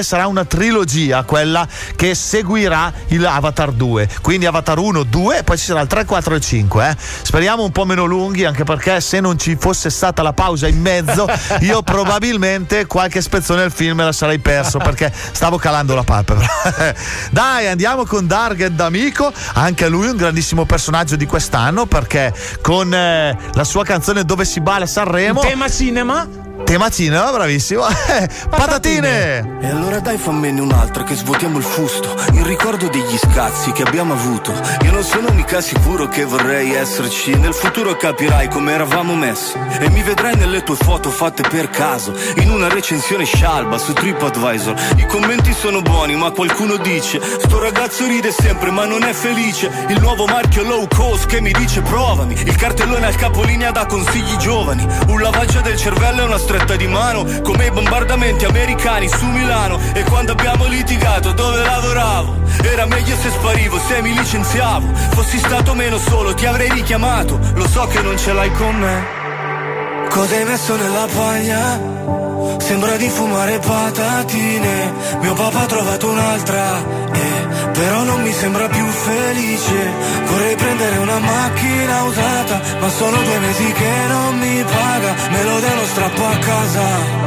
Speaker 15: che sarà una trilogia quella che seguirà il Avatar 2, quindi Avatar 1, 2 e poi ci sarà il 3, 4 e 5. Speriamo un po' meno lunghi, anche perché se non ci fosse stata la pausa in mezzo io probabilmente qualche spezzone del film me la sarei perso, perché stavo calando la palpebra. Dai, andiamo con Dargen D'Amico, anche lui un grandissimo personaggio di quest'anno, perché con la sua canzone Dove si balla Sanremo,
Speaker 16: tema cinema,
Speaker 15: bravissimo. Patatine.
Speaker 31: E allora dai, fammene un'altra che svuotiamo il fusto, il ricordo degli scazzi che abbiamo avuto. Io non sono mica sicuro che vorrei esserci, nel futuro capirai come eravamo messi e mi vedrai nelle tue foto fatte per caso, in una recensione scialba su TripAdvisor. I commenti sono buoni ma qualcuno dice sto ragazzo ride sempre ma non è felice. Il nuovo marchio low cost che mi dice provami, il cartellone al capolinea dà consigli giovani, un lavaggio del cervello e una stretta di mano come i bombardamenti americani su Milano. E quando abbiamo litigato dove lavoravo era meglio se sparivo, se mi licenziavo. Fossi stato meno solo ti avrei richiamato, lo so che non ce l'hai con me. Cosa hai messo nella paglia? Sembra di fumare patatine. Mio papà ha trovato un'altra però non mi sembra più felice. Vorrei prendere una macchina usata ma sono 2 mesi che non mi paga. Me lo danno, strappo a casa.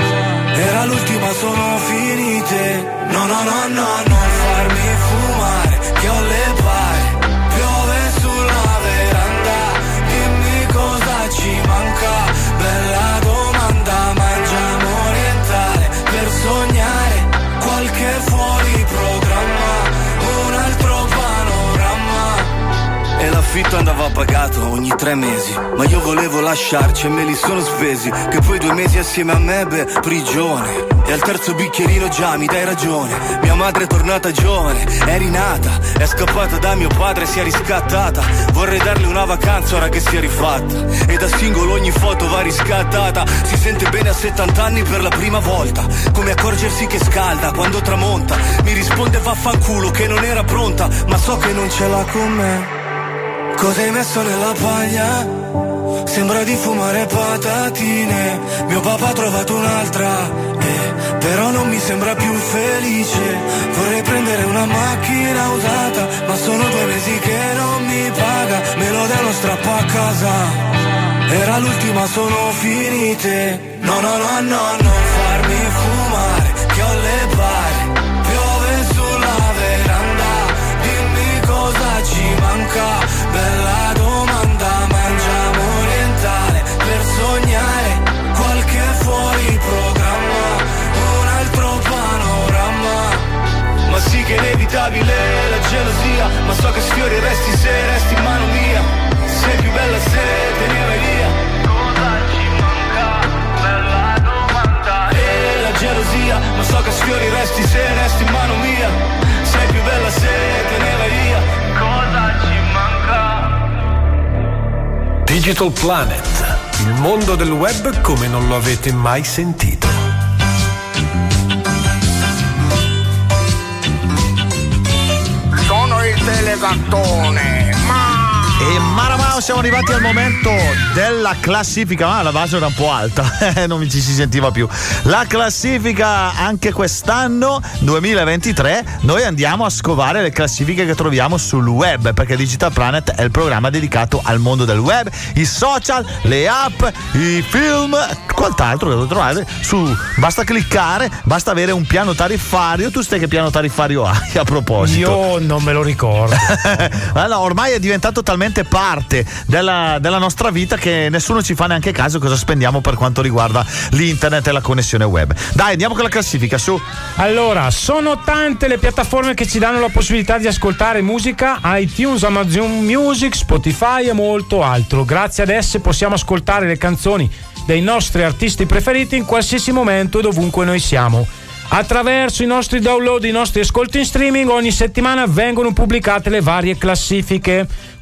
Speaker 31: Era l'ultima, sono finite. No, no, no, no, non farmi fumare che ho le pare. Piove sulla veranda, dimmi cosa ci manca. Bella domanda, mangiamo orientale per sognare qualche fuori programma, un altro panorama. E l'affitto andava pagato ogni 3 mesi, ma io volevo lasciarci e me li sono svesi. Che poi 2 mesi assieme a me, beh, prigione. E al terzo bicchierino già mi dai ragione. Mia madre è tornata giovane, è rinata, è scappata da mio padre, si è riscattata. Vorrei darle una vacanza ora che si è rifatta, e da singolo ogni foto va riscattata. Si sente bene a 70 anni per la prima volta, come accorgersi che scalda quando tramonta. Mi risponde vaffanculo che non era pronta, ma so che non ce l'ha con me. Cosa hai messo nella paglia? Sembra di fumare patatine. Mio papà ha trovato un'altra però non mi sembra più felice. Vorrei prendere una macchina usata ma sono 2 mesi che non mi paga. Me lo danno, strappo a casa. Era l'ultima, sono finite. No, no, no, no, non farmi fumare che ho le pare. Piove sulla veranda, dimmi cosa ci manca. Bella domanda, mangiamo orientale per sognare qualche fuori programma, un altro panorama. Ma sì che è inevitabile la gelosia, ma so che sfiori resti se resti in mano mia. Sei più bella se te ne vai via. Cosa ci manca? Bella domanda. E la gelosia, ma so che sfiori resti se resti in mano mia. Sei più bella se te ne vai via. Cosa ci manca?
Speaker 2: Digital Planet, il mondo del web come non lo avete mai sentito.
Speaker 4: Sono il telegattone,
Speaker 15: E Maramao, siamo arrivati al momento della classifica. Ma la base era un po' alta, non mi ci si sentiva più. La classifica anche quest'anno 2023 noi andiamo a scovare le classifiche che troviamo sul web, perché Digital Planet è il programma dedicato al mondo del web, i social, le app, i film, quant'altro che lo trovate su. Basta cliccare, basta avere un piano tariffario. Tu stai che piano tariffario hai a proposito?
Speaker 16: Io non me lo ricordo.
Speaker 15: Allora, ormai è diventato talmente parte della nostra vita che nessuno ci fa neanche caso cosa spendiamo per quanto riguarda l'internet e la connessione web. Dai, andiamo con la classifica, su.
Speaker 16: Allora, sono tante le piattaforme che ci danno la possibilità di ascoltare musica: iTunes, Amazon Music, Spotify e molto altro. Grazie ad esse possiamo ascoltare le canzoni dei nostri artisti preferiti in qualsiasi momento e dovunque noi siamo. Attraverso i nostri download, i nostri ascolti in streaming, ogni settimana vengono pubblicate le varie classifiche.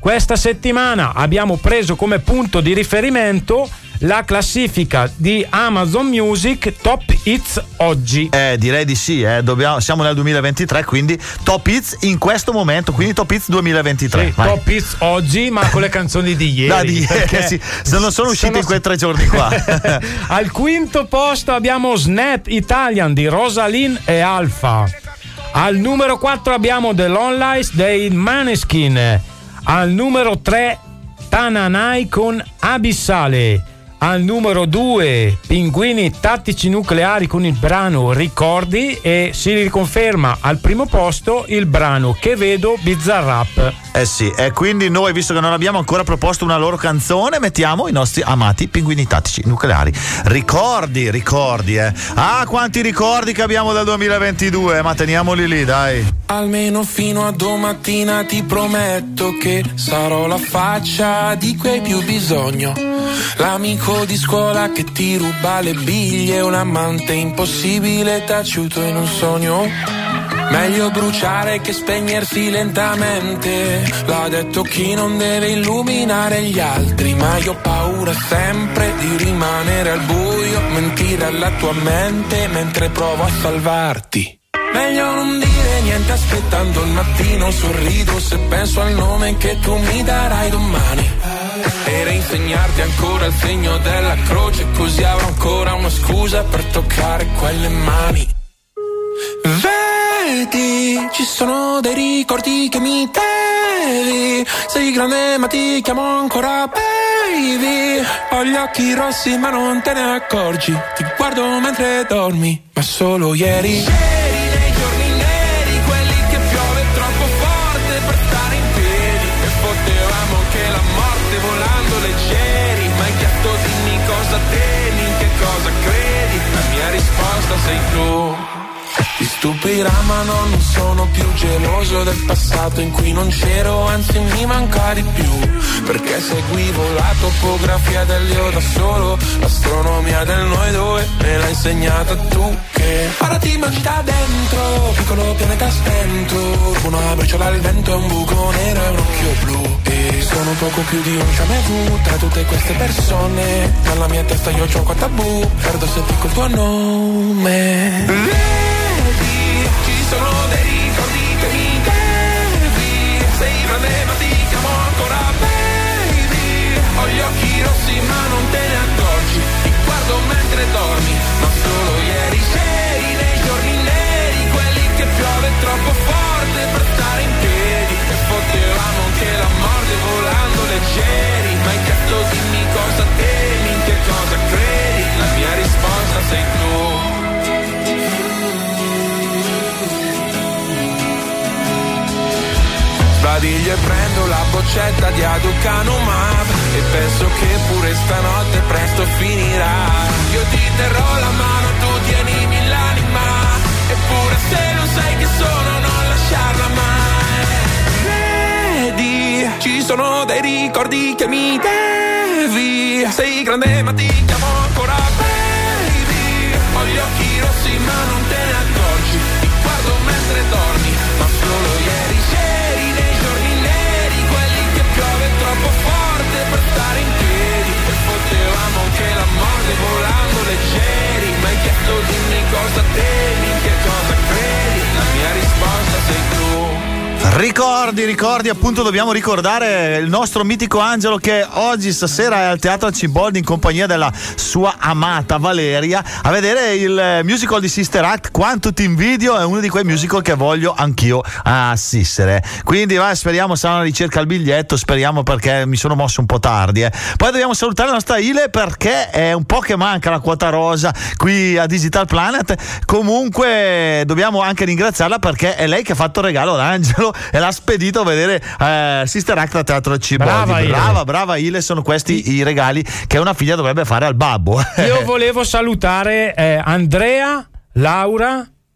Speaker 16: questa settimana abbiamo preso come punto di riferimento la classifica di Amazon Music Top Hits oggi.
Speaker 15: Direi di sì, siamo nel 2023, quindi Top Hits in questo momento, quindi Top Hits 2023.
Speaker 16: Sì, Top Hits oggi, ma con le canzoni di ieri.
Speaker 15: Perché sì, non sono uscite in quei 3 giorni qua.
Speaker 16: Al quinto posto abbiamo Snap Italian di Rosaline e Alfa. Al numero 4 abbiamo The Lonely dei Maneskin. Al numero 3 Tananai con Abissale. Al numero 2 Pinguini Tattici Nucleari con il brano Ricordi, e si riconferma al primo posto il brano Che Vedo Bizarrap.
Speaker 15: Sì, e quindi noi, visto che non abbiamo ancora proposto una loro canzone, mettiamo i nostri amati Pinguini Tattici Nucleari. Ricordi. Ah, quanti ricordi che abbiamo dal 2022, ma teniamoli lì, dai.
Speaker 31: Almeno fino a domattina ti prometto che sarò la faccia di cui hai più bisogno. L'amico di scuola che ti ruba le biglie, un amante impossibile taciuto in un sogno. Meglio bruciare che spegnersi lentamente, l'ha detto chi non deve illuminare gli altri. Ma io ho paura sempre di rimanere al buio, mentire alla tua mente mentre provo a salvarti. Meglio non dire niente aspettando il mattino, sorrido se penso al nome che tu mi darai domani. E reinsegnarti ancora il segno della croce, così avrò ancora una scusa per toccare quelle mani. Vedi, ci sono dei ricordi che mi devi. Sei grande ma ti chiamo ancora baby. Ho gli occhi rossi ma non te ne accorgi. Ti guardo mentre dormi, ma solo ieri. Nei giorni neri, quelli che piove troppo forte per stare in piedi. E potevamo anche la morte volando leggeri. Ma hai chiesto dimmi cosa temi, in che cosa credi. La mia risposta sei tu. Ti stupirà ma no, non sono più geloso del passato in cui non c'ero, anzi mi manca di più. Perché seguivo la topografia dell'io da solo, l'astronomia del noi due me l'ha insegnata tu. Che ora ti mangi da dentro, piccolo pianeta spento, una briciola al vento, un buco nero e un occhio blu. E sono poco più di un jamais vu tra tutte queste persone. Nella mia testa io c'ho qua tabù, perdo se dico il tuo nome. Ci sono dei ricordi che mi devi. Sei grande ma ti chiamo ancora baby. Ho gli occhi rossi ma non te ne accorgi. Ti guardo mentre dormi, ma solo ieri c'eri. Nei giorni neri, quelli che piove troppo forte per stare in piedi. E potevamo anche la morte volando leggeri. Ma hai chiesto dimmi cosa temi, in che cosa credi. La mia risposta sei tu. Sbadiglio e prendo la boccetta di Aducanumab e penso che pure stanotte presto finirà. Io ti terrò la mano, tu tienimi l'anima, eppure se non sai che sono non lasciarla mai. Vedi, ci sono dei ricordi che mi devi. Sei grande ma ti chiamo ancora baby. Ho gli occhi rossi ma non te ne accorgi. Ti guardo mentre dormi, ma solo ieri c'eri. Nei giorni neri, quelli che piove troppo forte per stare in piedi. E potevamo anche la morte volando leggeri. Ma hai chiesto dimmi cosa temi, in che cosa credi. La mia risposta sei tu.
Speaker 15: Ricordi, appunto dobbiamo ricordare il nostro mitico Angelo che oggi stasera è al Teatro Ciboldi in compagnia della sua amata Valeria a vedere il musical di Sister Act. Quanto ti invidio, è uno di quei musical che voglio anch'io assistere. Quindi speriamo, sarà una ricerca al biglietto, speriamo, perché mi sono mosso un po' tardi. Poi dobbiamo salutare la nostra Ile perché è un po' che manca la quota rosa qui a Digital Planet. Comunque dobbiamo anche ringraziarla perché è lei che ha fatto il regalo ad Angelo e l'ha spedito a vedere Sister Act a Teatro Ciboldi. Brava Ile, sono questi i regali che una figlia dovrebbe fare al babbo.
Speaker 16: Io volevo salutare Andrea, Laura,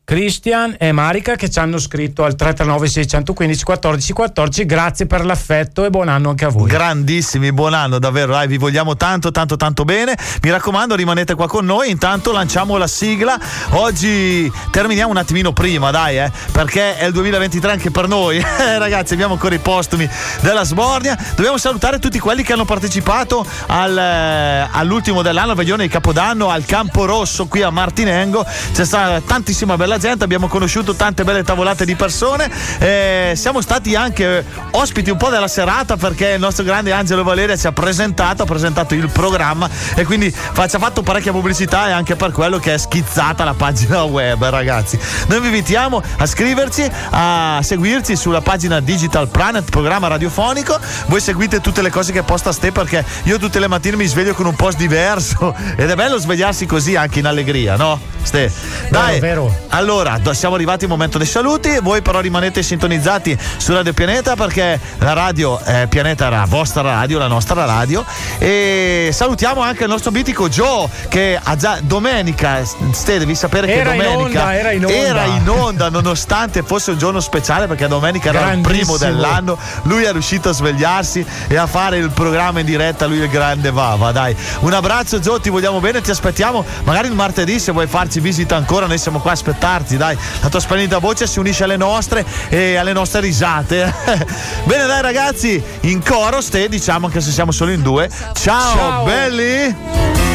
Speaker 16: Christian e Marica che ci hanno scritto al 339 615 14 14. Grazie per l'affetto e buon anno anche a voi.
Speaker 15: Grandissimi, buon anno davvero, dai, vi vogliamo tanto tanto tanto bene. Mi raccomando, rimanete qua con noi, intanto lanciamo la sigla. Oggi terminiamo un attimino prima, dai, perché è il 2023 anche per noi. Ragazzi, abbiamo ancora i postumi della Sbornia. Dobbiamo salutare tutti quelli che hanno partecipato all'ultimo dell'anno, al veglione di Capodanno al Campo Rosso qui a Martinengo. C'è stata tantissima bella gente, abbiamo conosciuto tante belle tavolate di persone, siamo stati anche ospiti un po' della serata perché il nostro grande Angelo Valeria ci ha presentato il programma e quindi ci ha fatto parecchia pubblicità, e anche per quello che è schizzata la pagina web, ragazzi. Noi vi invitiamo a scriverci, a seguirci sulla pagina Digital Planet, programma radiofonico. Voi seguite tutte le cose che posta Ste, perché io tutte le mattine mi sveglio con un post diverso ed è bello svegliarsi così anche in allegria, no? Ste, dai, vero. Allora, siamo arrivati al momento dei saluti. Voi però rimanete sintonizzati su Radio Pianeta, perché la radio Pianeta è la vostra radio, la nostra radio. E salutiamo anche il nostro mitico Joe, che ha già domenica, Ste, devi sapere che domenica era in onda nonostante fosse un giorno speciale, perché domenica era il primo dell'anno. Lui è riuscito a svegliarsi e a fare il programma in diretta. Lui è il grande Vava, dai. Un abbraccio Joe, ti vogliamo bene, ti aspettiamo magari il martedì, se vuoi farci visita ancora, noi siamo qua a aspettarti, dai. La tua splendida voce si unisce alle nostre e alle nostre risate. Bene, dai ragazzi, in coro Ste, diciamo, anche se siamo solo in due. Ciao. Belli.